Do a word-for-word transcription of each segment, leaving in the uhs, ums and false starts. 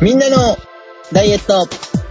みんなのダイエット。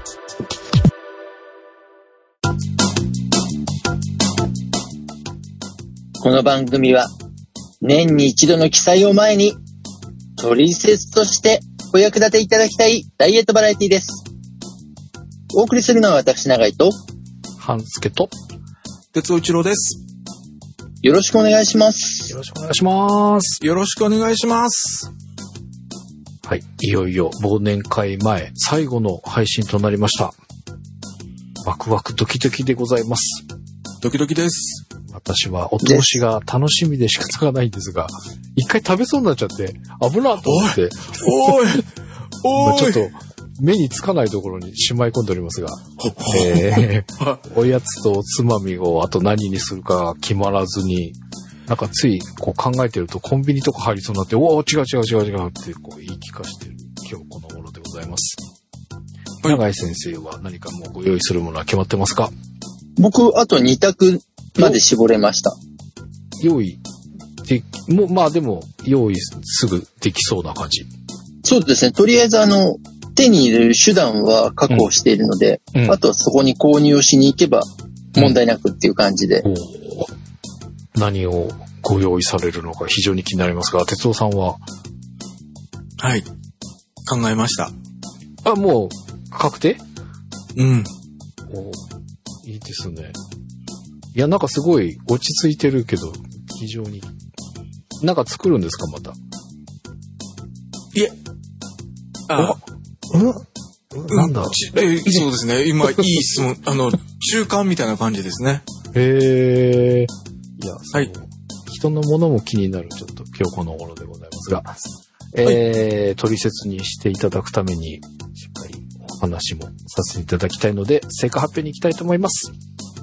この番組は年に一度の記載を前にトリセツとしてお役立ていただきたいダイエットバラエティです。お送りするのは私永井と半助と哲夫一郎です。 よろしくお願いします。 よろしくお願いします。 よろしくお願いします。 はい、いよいよ忘年会前最後の配信となりました。ワクワクドキドキでございます。 ドキドキです。 私はお通しが楽しみで仕方がないんですが、一回食べそうになっちゃって危なと思って、 おいおいちょっと目につかないところにしまい込んでおりますが、えー、おやつとおつまみをあと何にするか決まらずに、なんかついこう考えてるとコンビニとか入りそうになって、おお違う違う違う違うってこう言い聞かしている今日この頃でございます。はい、永井先生は何かもうご用意するものは決まってますか？ 僕あとに択まで絞れました。 用意でもまあでも用意すぐできそうな感じ。 そうですね。とりあえずあの手に入れる手段は確保しているので、うんうん、あとはそこに購入をしに行けば問題なくっていう感じで。うん、 何をご用意されるのか非常に気になりますが、哲夫さんは？ はい、考えました。 あ、もう確定？ うん。 お、いいですね。いや、なんかすごい落ち着いてるけど、非常に。なんか作るんですか、また？ いえ。あ、 うん、なんだ、 え、そうですね。今、いい質問。あの、中間みたいな感じですね。 へー。いや、 はい、 人のものも気になるちょっと今日この頃でございますが、えーはい、取説にしていただくためにしっかりお話もさせていただきたいので、成果発表に行きたいと思います。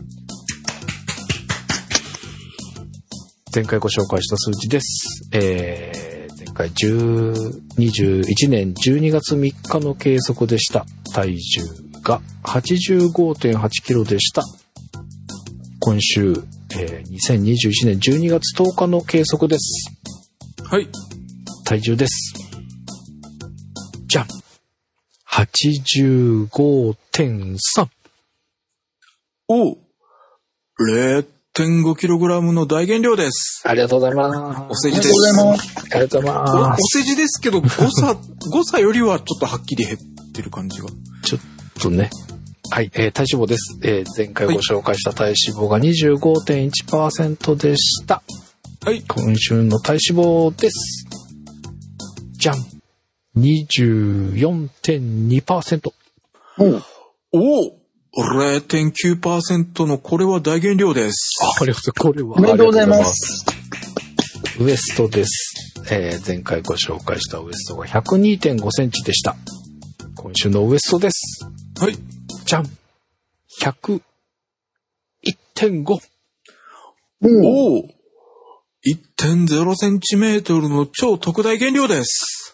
前回ご紹介した数字です。えー、前回にじゅういちねんじゅうにがつみっかの計測でした。体重が はちじゅうごてんはちキロでした。今週えー、にせんにじゅういちねんじゅうにがつとおかの計測です。 はい。 体重です。じゃん。はちじゅうごてんさん。 おう。れいてんごキログラム の大減量です。 ありがとうございます。 お世辞です。 ありがとうございます。 お世辞ですけど、誤差、誤差よりはちょっとはっきり減ってる感じが。 ちょっとね。はい、えー、体脂肪です、えー。前回ご紹介した体脂肪が にじゅうごてんいちパーセント でした。 はい。 今週の体脂肪です。じゃん。にじゅうよんてんにパーセント。 おお れいてんきゅうパーセント のこれは大減量です。 ありがとうこれはおめでとうございます。 ウエストです。えー、前回ご紹介したウエストが ひゃくにてんごセンチでした。今週のウエストです。 はい。 じゃん ひゃくいってんご。 おお いってんゼロセンチメートルの超特大減量です。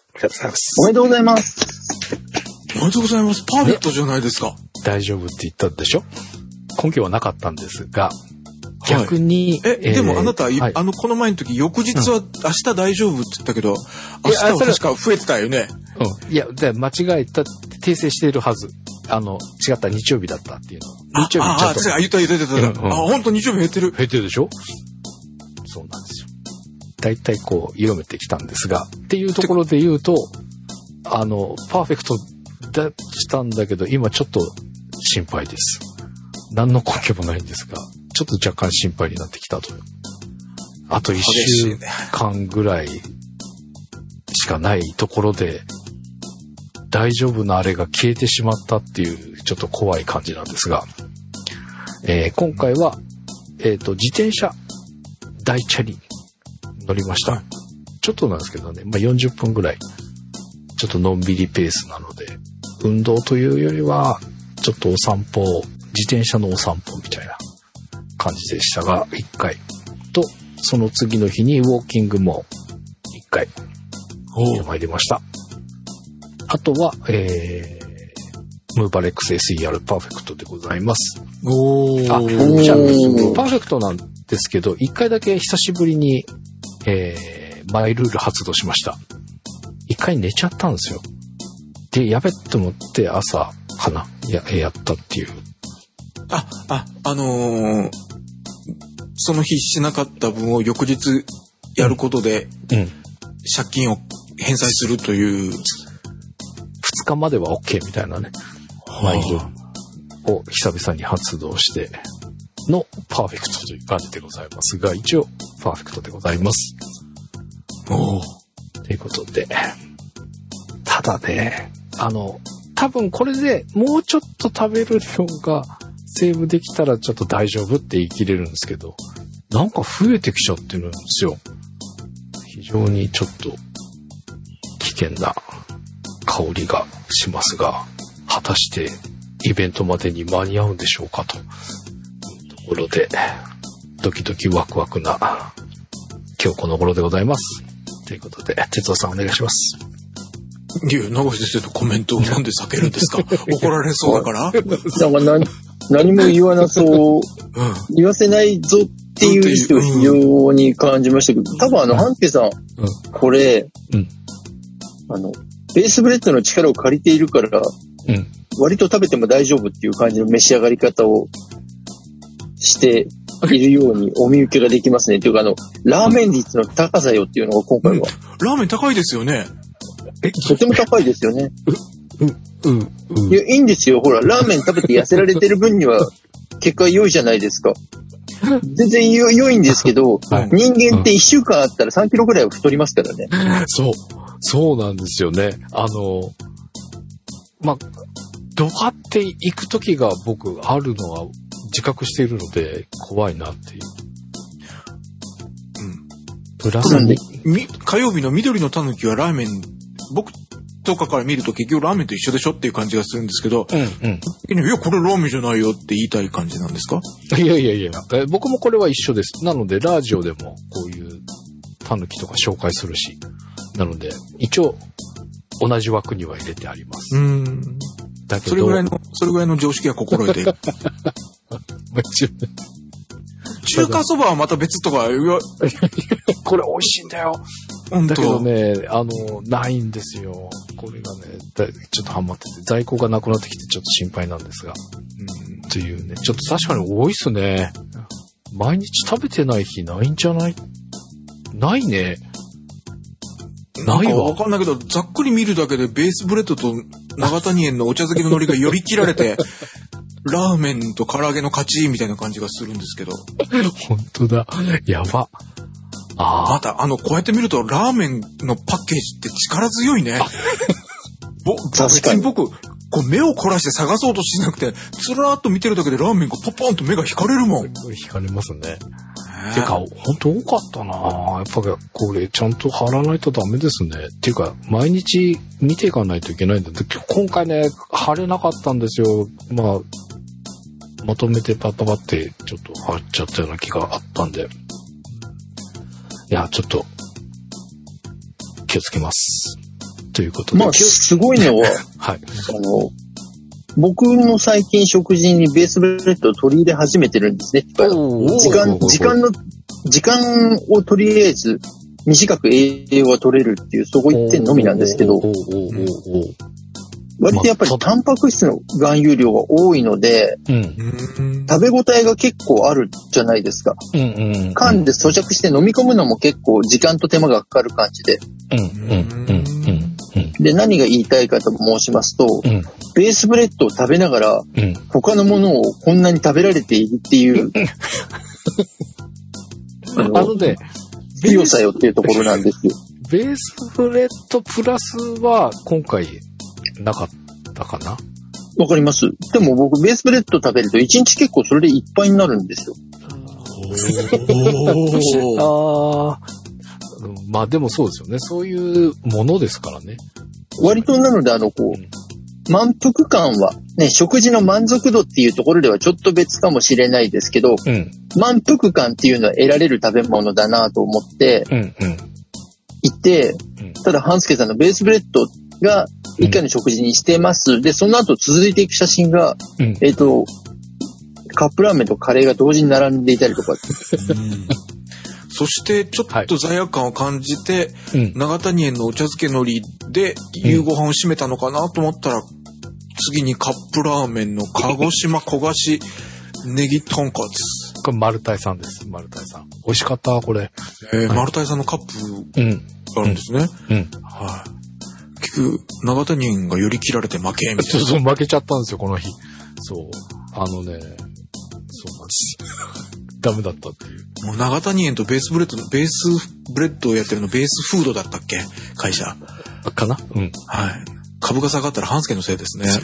ありがとうございます。 おめでとうございます。 おめでとうございます。パーフェクトじゃないですか。 大丈夫って言ったでしょ。根拠はなかったんですが、逆に、 はい、え、えー、でもあなた、はい、あのこの前の時翌日は明日大丈夫って言ったけど、うん、明日は確か増えてたよね。 うん。いや、間違えた訂正しているはず。あの違った日曜日だったっていうの。日曜日ちゃんと。 ああ、言った言った言った。うんうん、あ、本当日曜日減ってる。 減ってるでしょ。そうなんですよ。だいたいこう緩めてきたんですが、っていうところで言うと、あのパーフェクトだしたんだけど今ちょっと心配です。何の根拠もないんですが、ちょっと若干心配になってきたと。あといっしゅうかんぐらいしかないところで。大丈夫なあれが消えてしまったっていうちょっと怖い感じなんですが、えー、今回は、えーと、自転車大チャリ乗りました。ちょっとなんですけどね、まあ、よんじゅっぷんぐらいちょっとのんびりペースなので、運動というよりはちょっとお散歩、自転車のお散歩みたいな感じでしたが、いっかいとその次の日にウォーキングもいっかい参りました。あとは、えー、ムーバレックス エスイーアール パーフェクトでございます。 おー。 あ、じゃあ、パーフェクトなんですけど、一回だけ久しぶりに、えー、マイルール発動しました。一回寝ちゃったんですよ。 で、やべって思って朝かな、や、やったっていう。 あ、あ、あのー、その日しなかった分を翌日やることで、うん、借金を返済するという。 ふつかまでは OK みたいなね。マイルを久々に発動してのパーフェクトという感じでございますが、一応パーフェクトでございます。おー。ということで。ただね、あの、多分これでもうちょっと食べる量がセーブできたらちょっと大丈夫って言い切れるんですけど、なんか増えてきちゃってるんですよ。非常にちょっと危険な香りがしますが、果たしてイベントまでに間に合うんでしょうかというところで、ドキドキワクワクな今日この頃でございます。ということで、哲夫さんお願いします。 いや、長瀬先生のコメントをなんで避けるんですか？怒られそうだから？ なんか何、何も言わなそう、うん、言わせないぞっていう意思を非常に感じましたけど、多分あの、半助さん、うん、これ、うん、あの、ベースブレッドの力を借りているから、うん、割と食べても大丈夫っていう感じの召し上がり方をしているようにお見受けができますね。というかあの、ラーメン率の高さよっていうのが今回は。 うん、ラーメン高いですよね。 え、とても高いですよね。 う、う、う、 いや、いいんですよ。ほら、ラーメン食べて痩せられてる分には結果良いじゃないですか。全然良い、良いんですけど、はい、人間っていっしゅうかんあったらさんキロぐらいは太りますからね。 そう。そうなんですよね。あの、まあ、ドカっていく時が僕あるのは自覚しているので怖いなっていう。うん。プラスに。 火曜日の緑のたぬきはラーメン、僕とかから見ると結局ラーメンと一緒でしょっていう感じがするんですけど、うんうん、いや、これラーメンじゃないよって言いたい感じなんですか？ いやいやいや、え僕もこれは一緒です。なので、ラジオでもこういうタヌキとか紹介するし、なので、一応、同じ枠には入れてあります。うん。 だけど、それぐらいの、それぐらいの常識は心得ている。中華そばはまた別とか、うわこれ美味しいんだよ。だけどね、あの、ないんですよ。これがね、ちょっとハマってて、在庫がなくなってきてちょっと心配なんですが。うん、というね、ちょっと確かに多いっすね。毎日食べてない日ないんじゃない？ないね。 ないわ。わかんないけど、ざっくり見るだけでベースブレッドと長谷園のお茶漬けの海苔がより切られて、ラーメンと唐揚げの勝ちみたいな感じがするんですけど。 本当だ。やば。 あまた、あの、こうやって見ると、ラーメンのパッケージって力強いね。ぼ別に僕、こう目を凝らして探そうとしなくて、つらーっと見てるだけでラーメンがポポンと目が光れるもん。 光れますね。てか、ほんと多かったなぁ。やっぱこれちゃんと貼らないとダメですね。っていうか、毎日見ていかないといけないんだ。今回ね、貼れなかったんですよ。まあ、まとめてパパパってちょっと貼っちゃったような気があったんで。いや、ちょっと、気をつけます。ということで。 まあ、すごいのは、はい。あの、僕も最近食事にベースブレッドを取り入れ始めてるんですね。時間、時間の、時間をとりあえず短く栄養が取れるっていう、そこ一点のみなんですけど、割とやっぱりタンパク質の含有量が多いので、うん、食べ応えが結構あるじゃないですか。うんうんうん、噛んで咀嚼して飲み込むのも結構時間と手間がかかる感じで。うんうんうんうん、で、何が言いたいかと申しますと、うん、ベースブレッドを食べながら、うん、他のものをこんなに食べられているっていう、あの、あのね、強さよっていうところなんですよ。 ベースブレッドプラスは今回なかったかな？ わかります。でも僕ベースブレッド食べるといちにち結構それでいっぱいになるんですよ。 あまあでもそうですよね。そういうものですからね。 割となのであのこう、うん、満腹感はね、食事の満足度っていうところではちょっと別かもしれないですけど、うん、満腹感っていうのは得られる食べ物だなと思っていて、うんうん、ただ半助さんのベースブレッドが一回の食事にしてます。で、その後続いていく写真が、うん、えっと、カップラーメンとカレーが同時に並んでいたりとか。 うん、そそしてちょっと罪悪感を感じて、はい、長谷園のお茶漬け海苔で夕ご飯を締めたのかなと思ったら、うん、次にカップラーメンの鹿児島焦がしネギ豚骨。 これマルタイさんです。マルタイさん。美味しかったこれ。 えーはい、マルタイさんのカップがあるんですね。うん。うんうん、はい。結局長谷園が寄り切られて負けみたいな。 そうそう負けちゃったんですよこの日。そうあのね、そうなんです。ダメだったっていう。 もう長谷園とベースブレッドのベースブレッドをやってるのベースフードだったっけ会社。 かな。うん。 はい。株が下がったら半助のせいですね。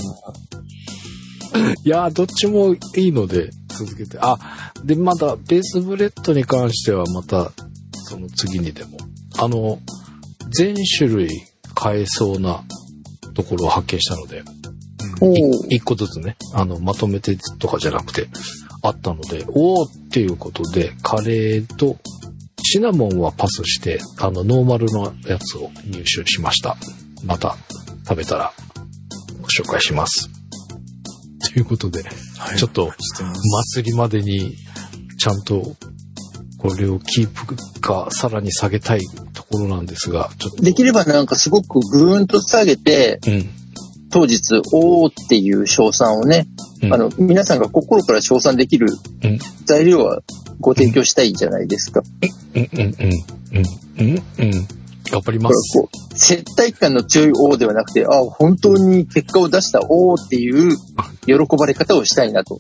いやーどっちもいいので続けて。あでまだベースブレッドに関してはまたその次にでもあの全種類買えそうなところを発見したので、うん、一個ずつねあのまとめてとかじゃなくてあったのでおーっていうことでカレーとシナモンはパスしてあのノーマルのやつを入手しました。また食べたらご紹介します。ということで、はい、ちょっと祭りまでにちゃんとこれをキープかさらに下げたいところなんですが、ちょっとできればなんかすごくぐーんと下げて、うん、当日おーっていう称賛をね、うん、あの皆さんが心から称賛できる材料はご提供したいじゃないですか。 うんうんうんうんうんうん頑張ります。こう接待感の強い王ではなくて、あ本当に結果を出した王っていう喜ばれ方をしたいなと、はい、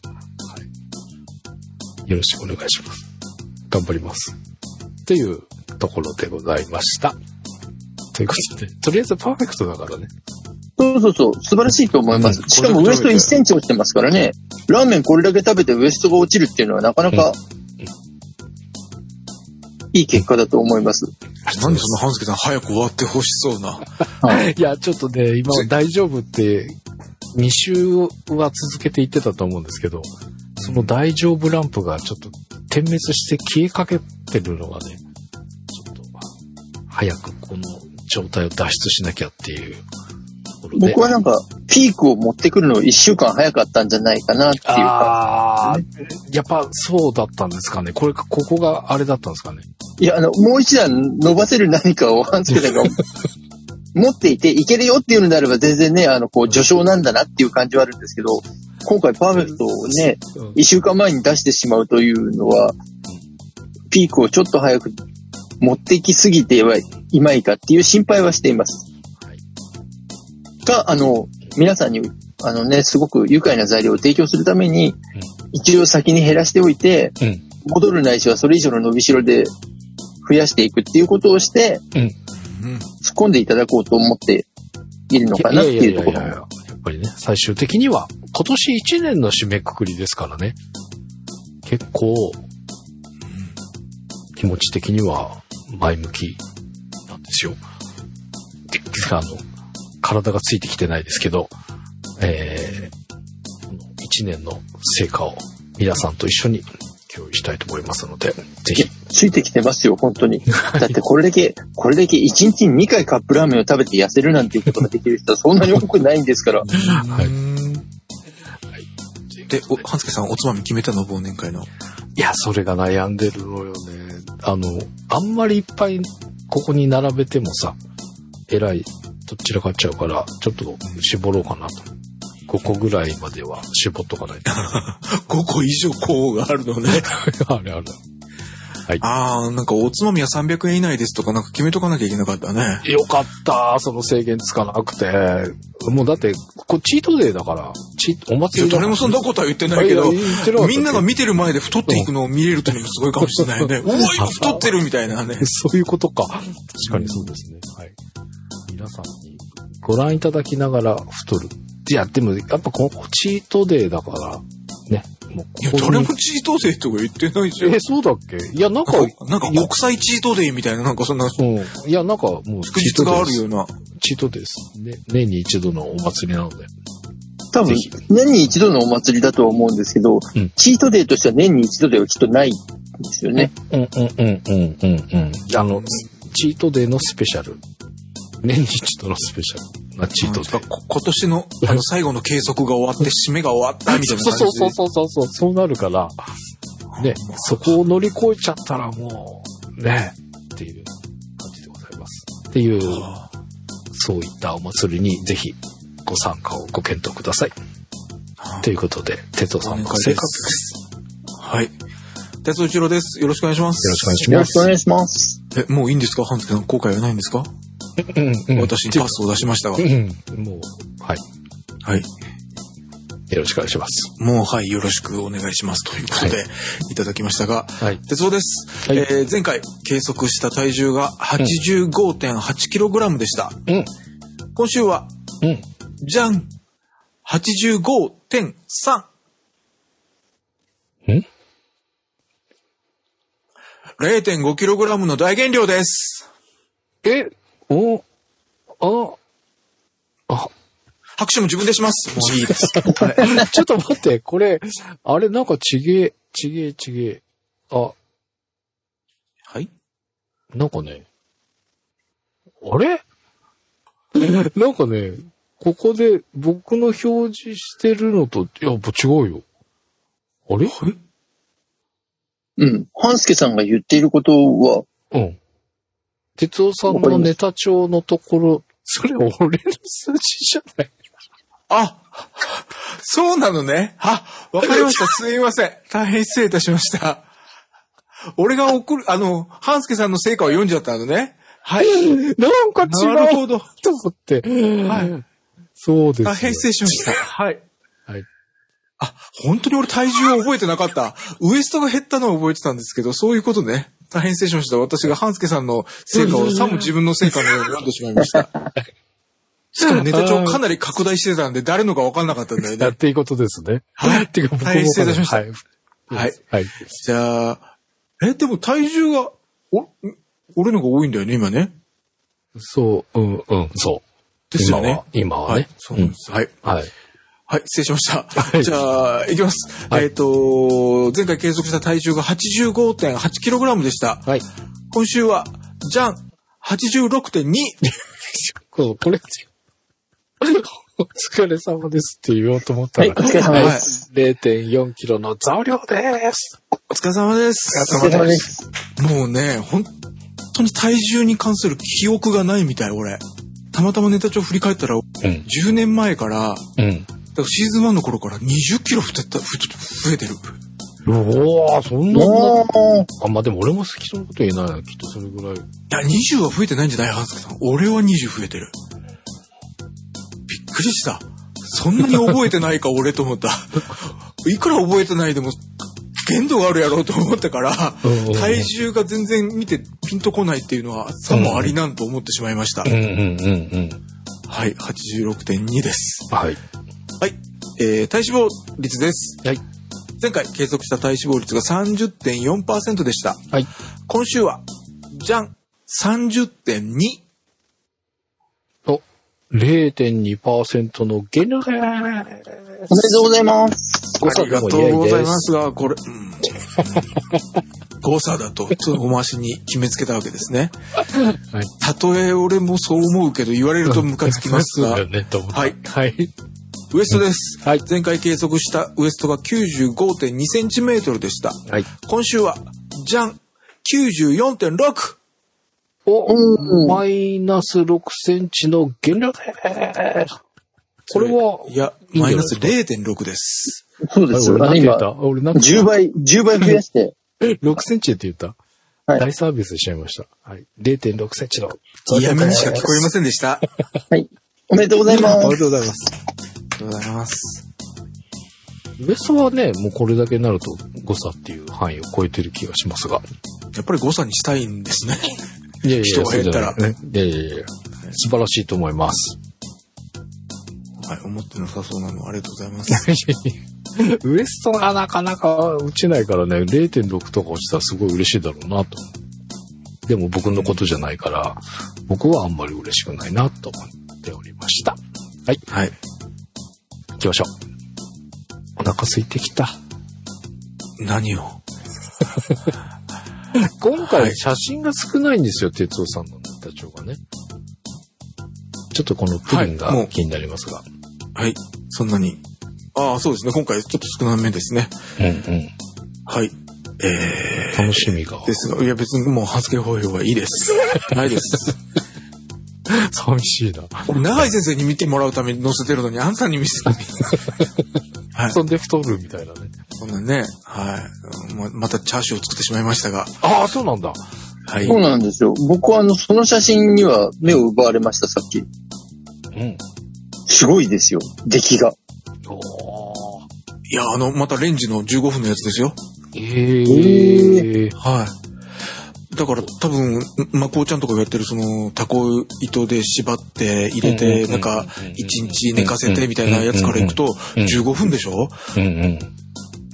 よろしくお願いします。頑張りますっていうところでございました。ということでとりあえずパーフェクトだからね。 そうそうそう素晴らしいと思います、うん、しかもウエストいっセンチ落ちてますからね。ラーメンこれだけ食べてウエストが落ちるっていうのはなかなか、うん、いい結果だと思います。 なんでそんな半助さん早く終わってほしそうな。 はい、いやちょっとね今は大丈夫ってに週は続けて言ってたと思うんですけど、その大丈夫ランプがちょっと点滅して消えかけてるのがね、ちょっと早くこの状態を脱出しなきゃっていうところで。 僕はなんかピークを持ってくるのいっしゅうかん早かったんじゃないかなっていうか、 あ、ね、やっぱそうだったんですかね。これここがあれだったんですかね。 いやあのもう一段伸ばせる何かを半助さんが持っていていけるよっていうのであれば全然ねあのこう序章なんだなっていう感じはあるんですけど、今回パーフェクトをねいっしゅうかんまえに出してしまうというのはピークをちょっと早く持ってきすぎてはいまいかっていう心配はしています。があの皆さんにあのねすごく愉快な材料を提供するために一応先に減らしておいて、戻るないしはそれ以上の伸びしろで増やしていくっていうことをして、うん、突っ込んでいただこうと思っているのかなっていうところ。 やっぱりね、最終的には今年いちねんの締めくくりですからね。結構、気持ち的には前向きなんですよ。あの、体がついてきてないですけど、えー、いちねんの成果を皆さんと一緒に共有したいと思いますので、ぜひ。 ついてきてますよ、本当に。だってこれだけ、これだけいちにちににかいカップラーメンを食べて痩せるなんていうことができる人はそんなに多くないんですから。はい。 で、半助さん、おつまみ決めたの忘年会の。 いや、それが悩んでるのよね。あの、あんまりいっぱいここに並べてもさ、えらい、どっちらかっちゃうから、ちょっと絞ろうかなと。ごこぐらいまでは絞っとかないと。 ごこ以上こうがあるのね。 あれあれ。はい。 ああ、なんかおつまみはさんびゃくえん以内ですとかなんか決めとかなきゃいけなかったね。 よかった。その制限つかなくて。もうだって、こチートデーだから、チーお祭りだから。 誰もそんなことは言ってないけど、みんなが見てる前で太っていくのを見れるっていうのもすごいかもしれないね。おい、太ってるみたいなね。 そういうことか。確かにそうですね。はい。皆さんにご覧いただきながら太る。いや、でも、やっぱここチートデーだから、ね。 もうここいや、誰もチートデーとか言ってないじゃん。 え、そうだっけ？いや、なんか、 なんか国際チートデーみたいな、なんかそんな。 うん。いや、なんかもう、 祝日があるような。 チートデーです。ね、年に一度のお祭りなので。 多分、年に一度のお祭りだとは思うんですけど、うん、チートデーとしては年に一度ではきっとないんですよね。 うんうんうんうんうんうん。あの、チートデーのスペシャル。年に一度のスペシャル。なチートデー。 今年のあの最後の計測が終わって締めが終わったみたいな感じで。 そうそうそうそうそうそうなるからね、そこを乗り越えちゃったらもね、っていう感じでございます。っていう、そういったお祭りにぜひご参加をご検討ください。ということで、哲夫さんの生活です。 はい。哲夫一郎です。よろしくお願いします。 よろしくお願いします。 よろしくお願いします。 え、もういいんですか？半助さん、後悔はないんですか？ うんうん、 私にパスを出しましたが。 うん、もう、はい。 はい。 よろしくお願いします。 もう、はい、よろしくお願いします。ということで、はい、いただきましたが、 はい。 哲夫です、はい。えー、前回計測した体重が はちじゅうごてんはちキログラム でした。うん。今週は、うん。じゃん !はちじゅうごてんさん。 ん ? れいてんごキログラム の大減量です。 えおああ拍手も自分でします。もういいです。 はい、ちょっと待って、これ、あれなんかちげえ、ちげえ、ちげえ。あ。 はい？ なんかね、あれなんかね、ここで僕の表示してるのと、いや、違うよ。あれ？ はい？ うん。半助さんが言っていることは、 うん。哲夫さんのネタ帳のところ、それ俺の数字じゃない？ あ、そうなのね。あ、わかりました。すいません。大変失礼いたしました。俺が送る、あの、半助さんの成果を読んじゃったのね。はい。 なんか違う。 なるほど。 と思って。はい。そうです。 大変失礼しました。はい。 はい。 あ、本当に俺体重を覚えてなかった。ウエストが減ったのを覚えてたんですけど、そういうことね。大変失礼しました。私が半助さんの成果をさも自分の成果のように読んでしまいました。しかもネタ帳かなり拡大してたんで、誰のか分かんなかったんだよね。 っていうことですね。 はい。 っていうか、 大変失礼いたしました。はい。 はい。はい。 じゃあ、え、でも体重が、お、俺のが多いんだよね、今ね。 そう、うん、うん、そう。 ですよね。 今は、今はね。はい、 そうなんです。はい。 はい。 はい、失礼しました。はい、じゃあ、いきます。はい、えっと、前回計測した体重が はちじゅうごてんはちキログラム でした。はい。今週は、じゃん !はちじゅうろくてんに! これ、お疲れ様ですって言おうと思ったら、 はい、お疲れ様です。 れいてんよんキロの増量です。 お疲れ様です。 お疲れ様です。 もうね、本当に体重に関する記憶がないみたい、俺。たまたまネタ帳振り返ったら、うん、じゅうねんまえから、うん、だからシーズンワンの頃からにじゅっキロ増えた、増えてる。 おー、そんなあ、まあ、でも俺も人のこと言えないな、きっとそれぐらい。いや、にじゅうは増えてないんじゃない？半助さん。俺はにじゅう増えてる。びっくりした。そんなに覚えてないか、俺と思った。いくら覚えてないでも、限度があるやろうと思ったから、体重が全然見てピンとこないっていうのは、さもありなんと思ってしまいました。 うんうんうんうん、 はい、はちじゅうろくてんに です。 はい。 はい、えー、体脂肪率です。 はい。 前回計測した体脂肪率が さんじゅってんよんパーセント でした。 はい。 今週は、じゃん !さんじゅってんに! お、れいてんにパーセント の減量でーす。おめでとうございます。 ありがとうございますが、これ、うん、誤差だと、ちょっとごましに決めつけたわけですね。はい。たとえ俺もそう思うけど、言われるとムカつきますが。 そうだよね、と思った。 はい。 はい。 ウエストです。はい。前回計測したウエストが きゅうじゅうごてんにセンチメートルでした。はい。今週は、じゃん !きゅうじゅうよんてんろく! お、マイナスろくセンチの減量でーす。これは、 いや、マイナス れいてんろく です。 そうですよ。 俺何言った俺何じゅうばい、じゅうばい増やして。 ろくセンチって言った、はい、大サービスしちゃいました。はい。れいてんろくセンチの。 嫌味にしか聞こえませんでした。 はい。おめでとうございます。 おめでとうございます。 ありがとうございます。 ウエストはね、もうこれだけになると誤差っていう範囲を超えてる気がしますが。 やっぱり誤差にしたいんですね。 いやいや人が減ったら。 ね、いやいやいや素晴らしいと思います。 はい、思ってなさそうなのありがとうございます。 ウエストがなかなか落ちないからね、れいてんろく とか落ちたらすごい嬉しいだろうなと。でも僕のことじゃないから、僕はあんまり嬉しくないなと思っておりました。はい。 はい。 行きましょう。お腹空いてきた。 何を今回写真が少ないんですよ、哲夫さんのネタ帳がね。ちょっとこのプリンが気になりますが。 はい、はい、そんなに。ああ、そうですね。今回ちょっと少なめですね。 うんうん。 はい。え楽しみが。 ですが、いや別にもう半助法要はいいです。ないです。 寂しいな。 俺、長井先生に見てもらうために載せてるのに、あんたに見せてる。 はい。そんで太るみたいなね。 そんなね、はい。ま, またチャーシューを作ってしまいましたが。 ああ、そうなんだ。 はい。 そうなんですよ。僕はあの、その写真には目を奪われました、さっき。 うん。 すごいですよ、出来が。 おー。 いや、あの、またレンジのじゅうごふんのやつですよ。 えー。 はい。だから多分、まこうちゃんとかがやってるその、タコ糸で縛って入れて、なんか、一日寝かせてみたいなやつからいくと、じゅうごふんでしょ？ うんうん。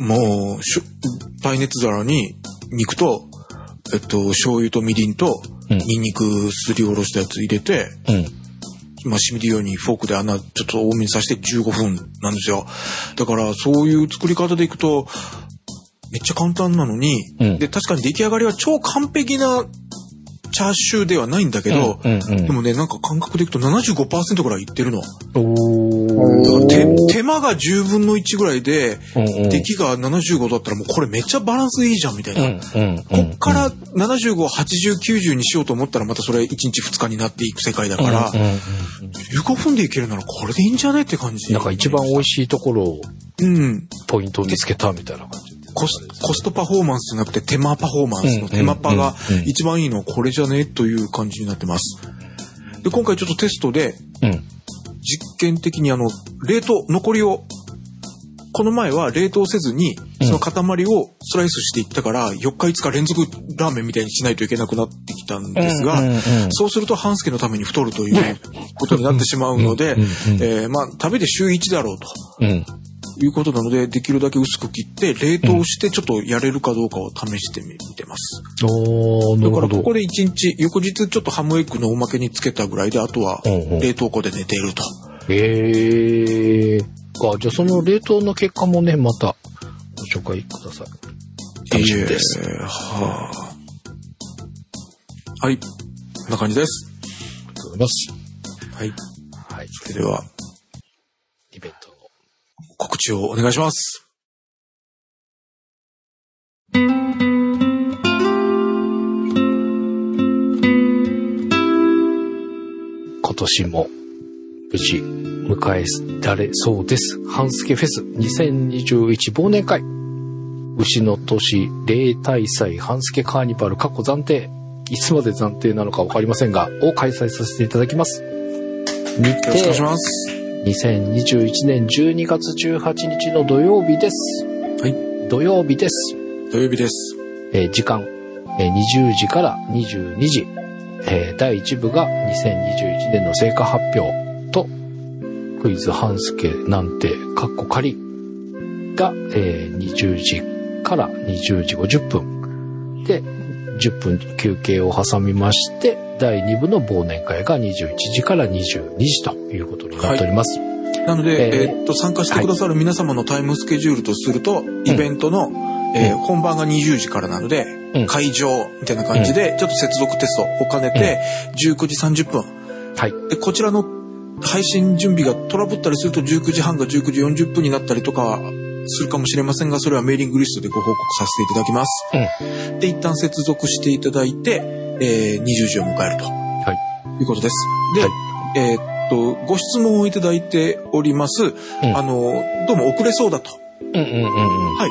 もう、しゅ耐熱皿に肉と、えっと、醤油とみりんと、ニンニクすりおろしたやつ入れて、 うん、 まあ、染みるようにフォークで穴ちょっと多めに刺してじゅうごふんなんですよ。だから、そういう作り方でいくと、めっちゃ簡単なのに、うん、で、確かに出来上がりは超完璧なチャーシューではないんだけど、うんうんうん、でもね、なんか感覚でいくと ななじゅうごパーセント ぐらいいってるの。お手, 手間がじゅうぶんのいちぐらいで、うんうん、出来がななじゅうごだったらもうこれめっちゃバランスいいじゃんみたいな。うんうんうん、こっからななじゅうご、はちじゅう、きゅうじゅうにしようと思ったらまたそれいちにちふつかになっていく世界だから、うんうんうん、じゅうごふんでいけるならこれでいいんじゃないって感じ。 なんか一番美味しいところを、うん、ポイントを見つけたみたいな感じ。 コス、コストパフォーマンスじゃなくて手間パフォーマンスの手間パが一番いいのはこれじゃねという感じになってます。で、今回ちょっとテストで、実験的にあの、冷凍、残りを、この前は冷凍せずに、その塊をスライスしていったから、よっかいつか連続ラーメンみたいにしないといけなくなってきたんですが、そうすると半助のために太るということになってしまうので、えー、まあ、食べて週いちだろうと。いうことなので、できるだけ薄く切って冷凍してちょっとやれるかどうかを試してみてます。 うん、 だからここでいちにち、翌日ちょっとハムエッグのおまけにつけたぐらいで、あとは冷凍庫で寝ていると。 へえー。あ、じゃあその冷凍の結果もね、またご紹介ください。楽しみです。えー、 はあ、はい。こんな感じです。 ありがとうございます。 はい。 はい。 それでは、 イベント。 告知をお願いします。 今年も無事迎えられそうです。半助フェスにせんにじゅういち忘年会。牛の年例大祭半助カーニバル過去暫定。いつまで暫定なのかわかりませんが、を開催させていただきます。日程。 よろしくお願いします。 にせんにじゅういちねんじゅうにがつじゅうはちにちの土曜日です。 はい。 土曜日です。 土曜日です。 えー、時間、えー、にじゅうじからにじゅうにじ。えー、だいいち部がにせんにじゅういちねんの成果発表と、クイズ半助なんて、カッコ仮が、えー、にじゅうじからにじゅうじごじゅっぷん。で、じゅっぷん休憩を挟みまして、だいに部の忘年会がにじゅういちじからにじゅうにじということになっております。 はい、なので、えー、えー、っと、参加してくださる皆様のタイムスケジュールとすると、はい、イベントの、うん、えー、本番がにじゅうじからなので、うん、会場みたいな感じで、ちょっと接続テストを兼ねて、じゅうくじさんじゅっぷん。 はい。 で、こちらの配信準備がトラブったりするとじゅうくじはんがじゅうくじよんじゅっぷんになったりとかするかもしれませんが、それはメーリングリストでご報告させていただきます。うん、で、一旦接続していただいて、えー、にじゅうじを迎えると。はい。いうことです。で、はい、えー、っと、ご質問をいただいております。うん、あの、どうも遅れそうだと。 うんうんうんうん。 はい。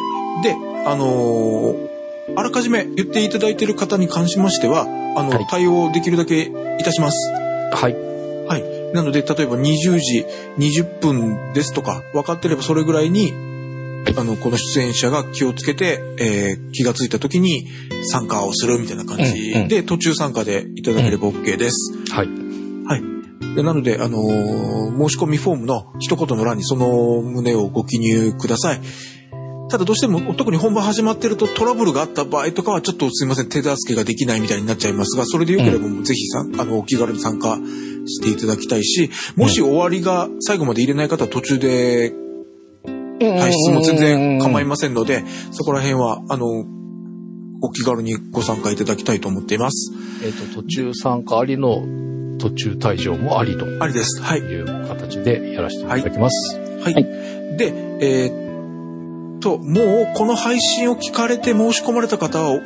で、あのー、あらかじめ言っていただいている方に関しましては、あの、はい、対応できるだけいたします。 はい。 はい。なので、例えばにじゅうじにじゅっぷんですとか、分かってればそれぐらいに、あの、この出演者が気をつけて、えー、気がついた時に参加をするみたいな感じで、うんうん、途中参加でいただければ OK です。 うん、はい。 はい。でなので、あのー、申し込みフォームの一言の欄にその旨をご記入ください。ただどうしても特に本番始まってるとトラブルがあった場合とかはちょっとすいません手助けができないみたいになっちゃいますが、それでよければもうぜひさ、うん、あのお気軽に参加していただきたいし、もし終わりが最後まで入れない方は途中で退出も全然構いませんので、そこら辺はあのお気軽にご参加いただきたいと思っています。 えっと途中参加ありの途中退場もありとありです。はい。 いう形でやらせていただきます。 はい。はいはい、で、えーと、もうこの配信を聞かれて申し込まれた方は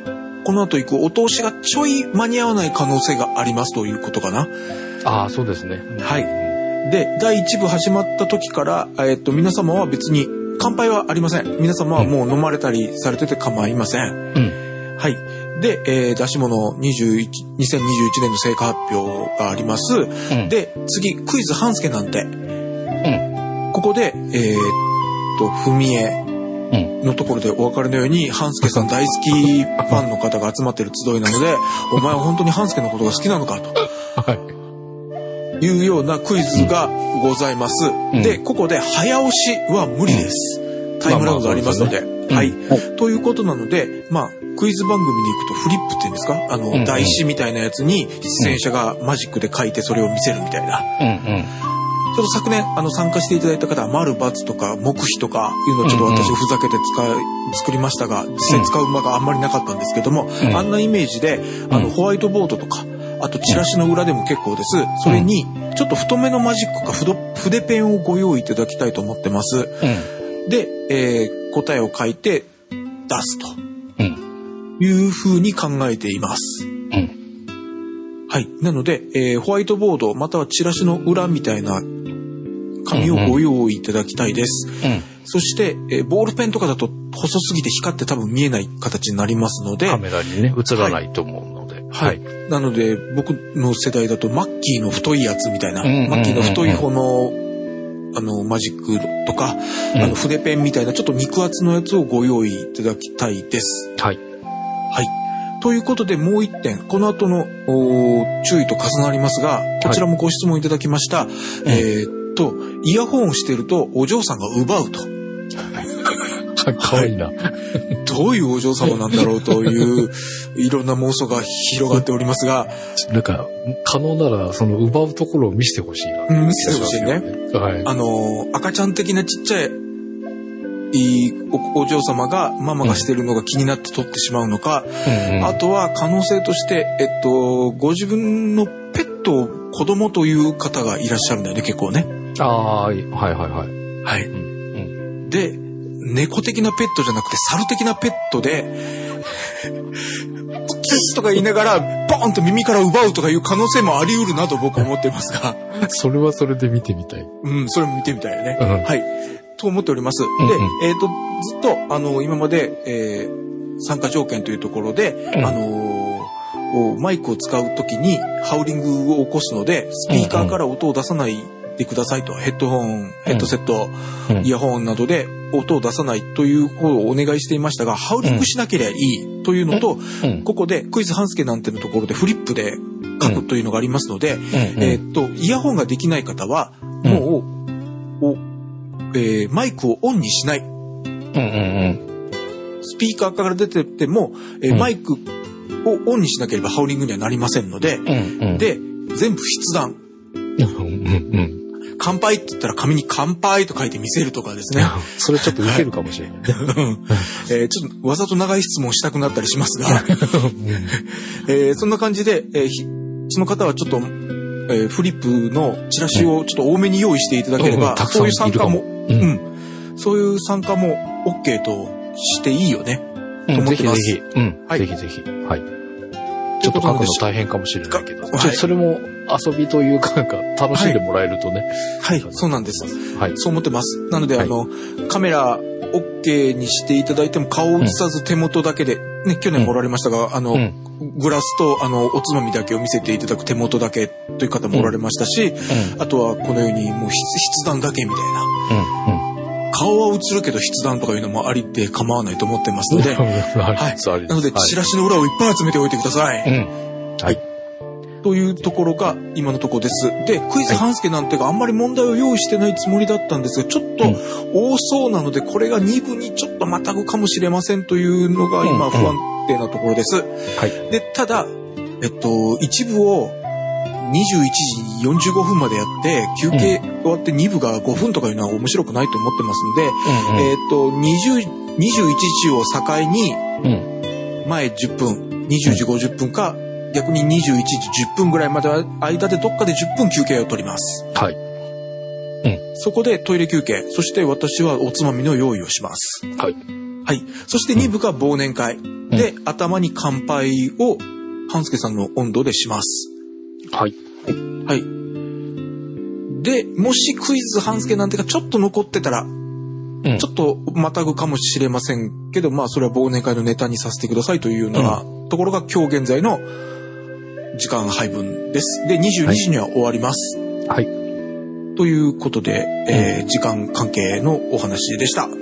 この後行くお通しがちょい間に合わない可能性がありますということかな。 ああ、そうですね。 はい。で、だいいち部始まった時から、えっと、皆様は別に乾杯はありません。皆様はもう飲まれたりされてて構いません。うん。はい。で、えー、出し物にじゅういち、にせんにじゅういちねんの成果発表があります。うん、で、次、クイズ半助なんて。うん。ここで、えー、っと、ふみえのところでお別れのように、半助さん大好きファンの方が集まってる集いなので、お前は本当に半助のことが好きなのかと。はい。いうようなクイズがございます。うん、で、ここで早押しは無理です。うん、タイムラグがありますので。まあまあはい、うん。ということなので、まあ、クイズ番組に行くとフリップっていうんですか、あの、うんうん、台紙みたいなやつに出演者がマジックで書いてそれを見せるみたいな。うんうん、ちょっと昨年、あの、参加していただいた方は、丸×とか、目視とかいうのをちょっと私ふざけて使い、作りましたが、実際使う馬があんまりなかったんですけども、うん、あんなイメージで、あの、ホワイトボードとか、あとチラシの裏でも結構です。それに、ちょっと太めのマジックか筆ペンをご用意いただきたいと思ってます。うん、で、えー、答えを書いて出すと、うん、いう風に考えています。うん、はい。なので、えー、ホワイトボードまたはチラシの裏みたいな紙をご用意いただきたいです。うんうん、そして、えー、ボールペンとかだと細すぎて光って多分見えない形になりますので、 カメラにね映らないと思うので、 はい。はい、なので僕の世代だとマッキーの太いやつみたいな、うんうんうんうん、マッキーの太い方のあのマジックとか、うん、あの筆ペンみたいなちょっと肉厚のやつをご用意いただきたいです。はい。はい。ということでもう一点、この後の注意と重なりますが、こちらもご質問いただきました。はい、えー、っと、イヤホンをしてるとお嬢さんが奪うと。 かわいいな。 どういうお嬢様なんだろうといういろんな妄想が広がっておりますが、 なんか可能ならその奪うところを見せてほしいな、 うん、見せてほしいね。はい。あの赤ちゃん的なちっちゃいお, お嬢様がママがしてるのが気になって取ってしまうのか、うんうん、あとは可能性としてえっとご自分のペットを子供という方がいらっしゃるんだよね、結構ね。 ああ、はいはいはいはい。 うんうん、で。猫的なペットじゃなくて猿的なペットでキスとか言いながらボーンと耳から奪うとかいう可能性もあり得るなと僕は思ってますがそれはそれで見てみたい。 うん、それも見てみたいよね、うん、はいと思っております。うんうん、で、えっ、ー、とずっとあの今まで、えー、参加条件というところで、うん、あのー、マイクを使うときにハウリングを起こすのでスピーカーから音を出さないでくださいと、ヘッドホン、ヘッドセット、うん、イヤホンなどで音を出さないということをお願いしていましたが、ハウリングしなければいいというのと、うん、ここでクイズ半助なんてのところでフリップで書くというのがありますので、うん、えー、っと、イヤホンができない方は、もう、おえー、マイクをオンにしない。うんうんうん、スピーカーから出てても、えーうん、マイクをオンにしなければハウリングにはなりませんので、うんうん、で、全部筆談。うんうん乾杯って言ったら紙に乾杯と書いて見せるとかですね。 それちょっとウケるかもしれない。 えー、ちょっとわざと長い質問したくなったりしますが、えー、そんな感じで、えー、その方はちょっと、えー、フリップのチラシをちょっと多めに用意していただければ、うん、そういう参加も、うんうん、そういう参加も OK としていいよね、うん、と思ってます。 ぜひぜひ、うん、はい、ぜひぜひ、はい。ちょっと書くの大変かもしれないけど、はい、それも遊びというかなんか楽しんでもらえるとね。 はい、はい、そうなんです。はい、そう思ってます。なので、はい、あのカメラ OK にしていただいても顔を映さず手元だけで、うん、ね去年もおられましたが、うん、あの、うん、グラスとあのおつまみだけを見せていただく手元だけという方もおられましたし、うん、あとはこのようにもう筆談だけみたいな。うんうん顔は映るけど筆談とかいうのもありで構わないと思ってますので、はい。なので、チラシの裏をいっぱい集めておいてください。うん、はい。というところが今のところです。で、クイズ半助なんてがあんまり問題を用意してないつもりだったんですが、ちょっと多そうなので、これがに部にちょっとまたぐかもしれませんというのが今不安定なところです。はい。で、ただ、えっと、いち部をにじゅういちじよんじゅうごふんまでやって休憩終わってに部がごふんとかいうのは面白くないと思ってますので、うんうん、えっとにじゅう、にじゅういちじを境に前じゅっぷんにじゅうじごじゅっぷんか逆ににじゅういちじじゅっぷんぐらいまで間でどっかでじゅっぷん休憩を取ります。はい。うん、そこでトイレ休憩、そして私はおつまみの用意をします。はい。 はい。そしてに部が忘年会。うん、で、頭に乾杯を、半助さんの温度でします。 はい。 はい。で、もしクイズ半助なんてがちょっと残ってたら、うん、ちょっとまたぐかもしれませんけど、まあそれは忘年会のネタにさせてくださいというようなところが今日現在の時間配分です。で、にじゅうにじには終わります。 はい。 ということで、えー、時間関係のお話でした。はい。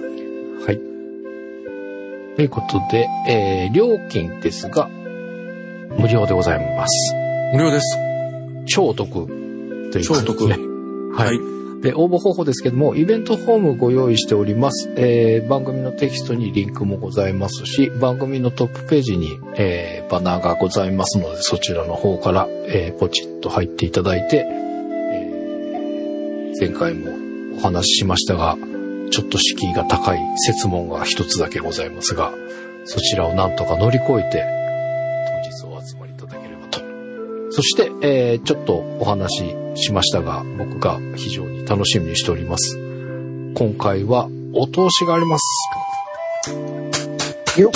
ということで、えー、料金ですが、無料でございます。 無料です。 超得ということですね。超得。はい。はい、で、応募方法ですけども、イベントフォームご用意しております。えー、番組のテキストにリンクもございますし、番組のトップページに、えー、バナーがございますので、そちらの方から、えー、ポチッと入っていただいて、えー、前回もお話ししましたが、ちょっと敷居が高い設問が一つだけございますが、そちらをなんとか乗り越えて、当日お集まりいただければと。そして、えー、ちょっとお話ししましたが、僕が非常に楽しみにしております。今回はお通しがあります。よっ。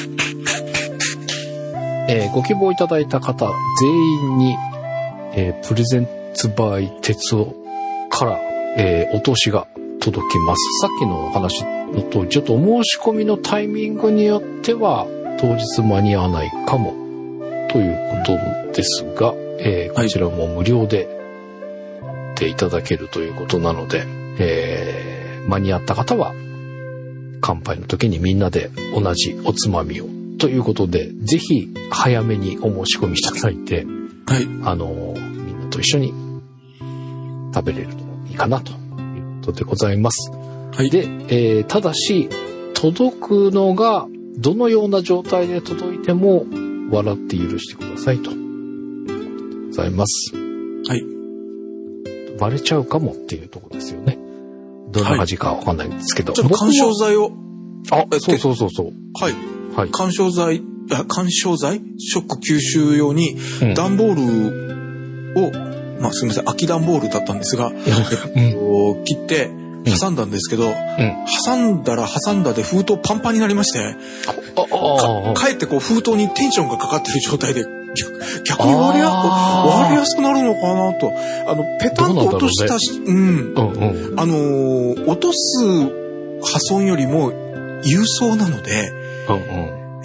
えー、ご希望いただいた方全員に、えー、プレゼンツバイ鉄夫から、えー、お通しが届きます。さっきのお話の通り、ちょっとお申し込みのタイミングによっては当日間に合わないかもということですが、えー、こちらも無料でていただけるということなので、えー、間に合った方は乾杯の時にみんなで同じおつまみをということで、ぜひ早めにお申し込みいただいて、はい、あのー、みんなと一緒に食べれるといいかなということでございます。はい、で、えー、ただし届くのがどのような状態で届いても笑って許してくださいということでございます。はい。バレちゃうかもっていうところですよね。どんな味かわかんないんですけど。 はい、ちょっと干渉剤を。 あ、そうそうそうそう。 はい。はい。干渉剤、あ、干渉剤ショック吸収用に段ボールを、うん、まあすみません、空き段ボールだったんですが、えっと、切って挟んだんですけど、うん、挟んだら挟んだで封筒パンパンになりまして、か, かえってこう封筒にテンションがかかってる状態で、逆に割れや、割れやすくなるのかなと。あの、ペタンと落としたし、う, ね、うん。うんうん。あのー、落とす破損よりも郵送なので、うんうん、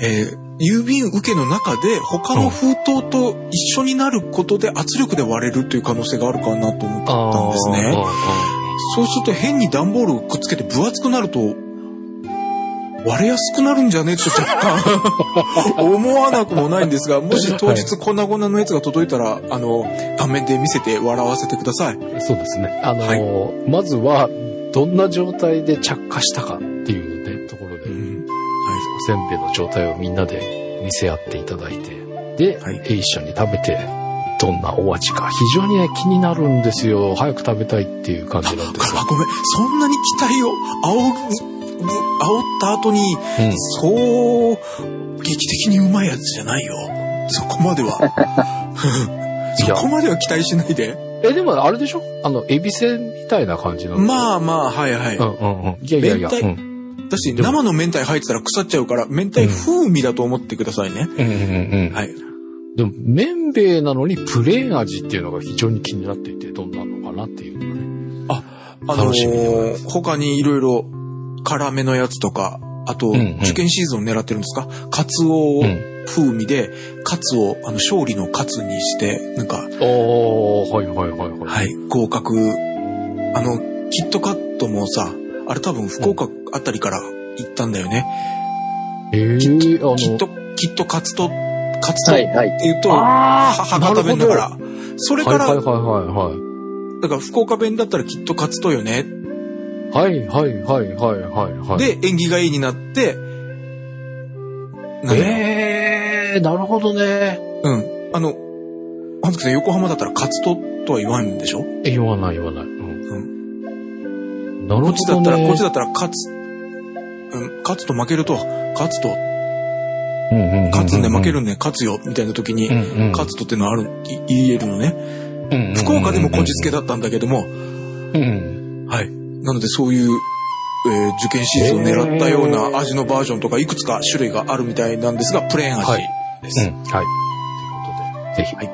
えー、郵便受けの中で他の封筒と一緒になることで圧力で割れるという可能性があるかなと思ったんですね。そうすると変に段ボールをくっつけて分厚くなると、割れやすくなるんじゃねえと若干思わなくもないんですが、もし当日粉々のやつが届いたら、はい、あの画面で見せて笑わせてください。 そうですね。あのーはい、まずはどんな状態で着火したかっていうねところで、うん、はい、おせんべいの状態をみんなで見せ合っていただいて、で、はい、一緒に食べてどんなお味か非常にね気になるんですよ。早く食べたいっていう感じなんですよ。 あ、ごめん、そんなに期待を煽る。煽った後に、うん、そう劇的にうまいやつじゃないよ。そこまではそこまでは期待しないで。 え、でもあれでしょ、あのエビせんみたいな感じなの。 まあまあ、はいはい、うんうんうん、いやいやいや、うん、だし生の明太入ってたら腐っちゃうから明太風味だと思ってくださいね。うんうんうんうん、はい。 でも麺べいなのにプレーン味っていうのが非常に気になっていて、どんなのかなっていうのがね、 あ、あのー、楽しみでございます。他にいろいろ辛めのやつとか、あと、うんうん、受験シーズンを狙ってるんですか？カツオ風味で、カツを、あの、勝利のカツにして、なんか、 おー、はいはいはいはい。 はい、合格。あの、キットカットもさ、あれ多分福岡あたりから行ったんだよね。 えー、 キット、キット、キットカツと、カツとって言うと、はいはい、博多弁だから。それから、はいはいはいはい。だから福岡弁だったらキットカツとよね。 はいはいはいはいはいはい。 で、縁起がいいになって、 えー、なるほどね。 うん。あの、はずきさん、横浜だったらカツととは言わんでしょ？ え、言わない言わない。うん。うん、なるほどね。こっちだったら、こっちだったらカツ、うん、カツと負けると、カツと、うんうんうんうん、カツで負けるね、カツよ、みたいな時に、うんうん、カツとってのはある、言えるのね。うんうんうんうん、福岡でもこじつけだったんだけども、うんうん、はい。なのでそういうえー、受験シーズンを狙ったような味のバージョンとかいくつか種類があるみたいなんですが、プレーン味です。 はい。うん、はい。ということで、ぜひ、はい、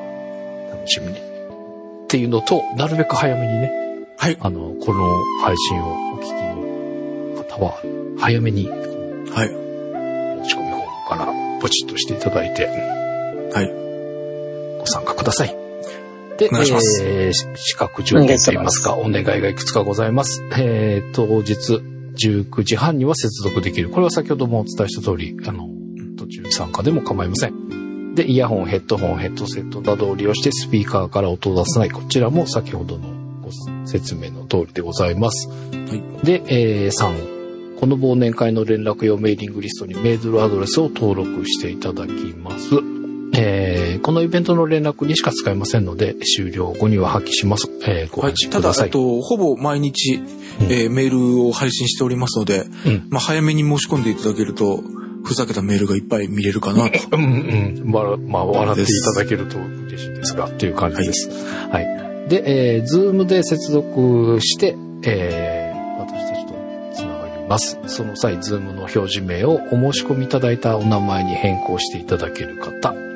楽しみに。っていうのと、なるべく早めにね、 はい。 あの、この配信をお聞きの方は、早めに、 はい。 申し込みフォームからポチッとしていただいて、 はい。 ご参加ください。で、 お願いします。 えー、資格条件といいますか、お願いがいくつかございます。えー、当日じゅうくじはんには接続できる。これは先ほどもお伝えした通り、あの、途中参加でも構いません。で、イヤホン、ヘッドホン、ヘッドセットなどを利用してスピーカーから音を出さない。こちらも先ほどのご説明の通りでございます。はい、で、えー、さん、この忘年会の連絡用メーリングリストにメールアドレスを登録していただきます。えー、このイベントの連絡にしか使えませんので、終了後には破棄します。えー、ご安心ください。 はい、ただ、えっと、ほぼ毎日、うんえー、メールを配信しておりますので、うん、まあ、早めに申し込んでいただけると、ふざけたメールがいっぱい見れるかなと。 うんうん。まあ、まあ、笑っていただけると嬉しいですが、という感じです。はい。はい、で、えー、ズームで接続して、えー、私たちとつながります。その際、ズームの表示名をお申し込みいただいたお名前に変更していただける方。はい。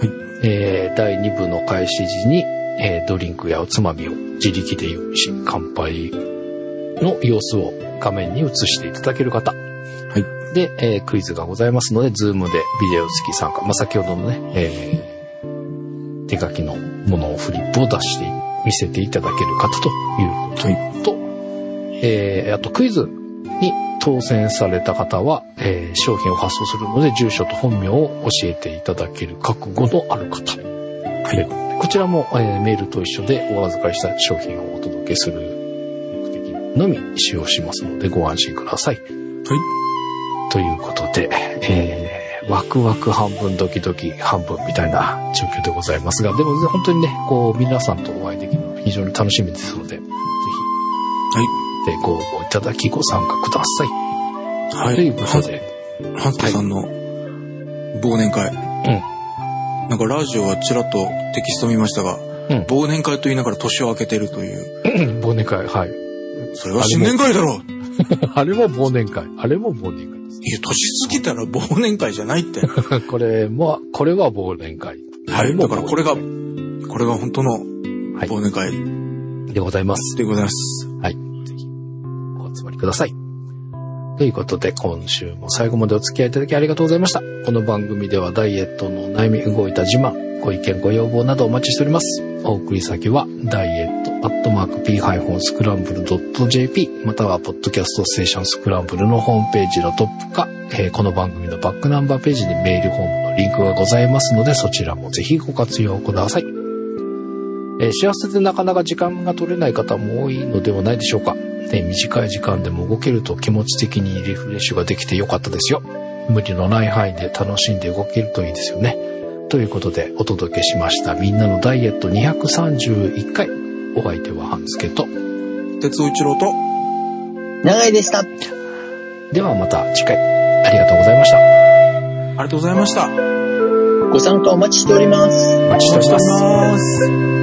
えー、だいに部の開始時に、えー、ドリンクやおつまみを自力で用意し、乾杯の様子を画面に映していただける方。はい。で、えー、クイズがございますので、ズームでビデオ付き参加。まあ、先ほどのね、えー、手書きのものをフリップを出して見せていただける方ということと、はい、えー、あとクイズに当選された方は、えー、商品を発送するので、住所と本名を教えていただける覚悟のある方。はい。こちらも、えー、メールと一緒でお預かりした商品をお届けする目的のみ使用しますので、ご安心ください。はい。ということで、えー、ワクワク半分ドキドキ半分みたいな状況でございますが、でも本当にね、こう皆さんとお会いできるのは非常に楽しみですので、ぜひ、はい、でご応募いただきご参加ください。はい。ということで、 ハントさんの忘年会、うん、なんかラジオはちらっとテキスト見ましたが、うん、忘年会と言いながら年を明けてるという。 忘年会、はい。 それは新年会だろう。 あれも忘年会。あれも忘年会。 いや、年過ぎたら忘年会じゃないって。 これも、これは忘年会。 はい。だからこれが、これが本当の忘年会、 はい、でございます。 でございます。 はい。ぜひ、お集まりください。ということで、今週も最後までお付き合いいただきありがとうございました。この番組ではダイエットの悩み、動いた自慢、ご意見、ご要望などお待ちしております。お送り先は、ダイエット、アットマーク、ピースクランブルドットジェーピー、または、ポッドキャストステーションスクランブルのホームページのトップか、えー、この番組のバックナンバーページにメールフォームのリンクがございますので、そちらもぜひご活用ください。えー、幸せでなかなか時間が取れない方も多いのではないでしょうか。ね、短い時間でも動けると気持ち的にリフレッシュができてよかったですよ。無理のない範囲で楽しんで動けるといいですよね。ということでお届けしましたみんなのダイエットにひゃくさんじゅういっかい。お相手は半助と哲夫一郎と長井でした。 ではまた次回ありがとうございました。 ありがとうございました。 ご参加お待ちしております。 お待ちしております。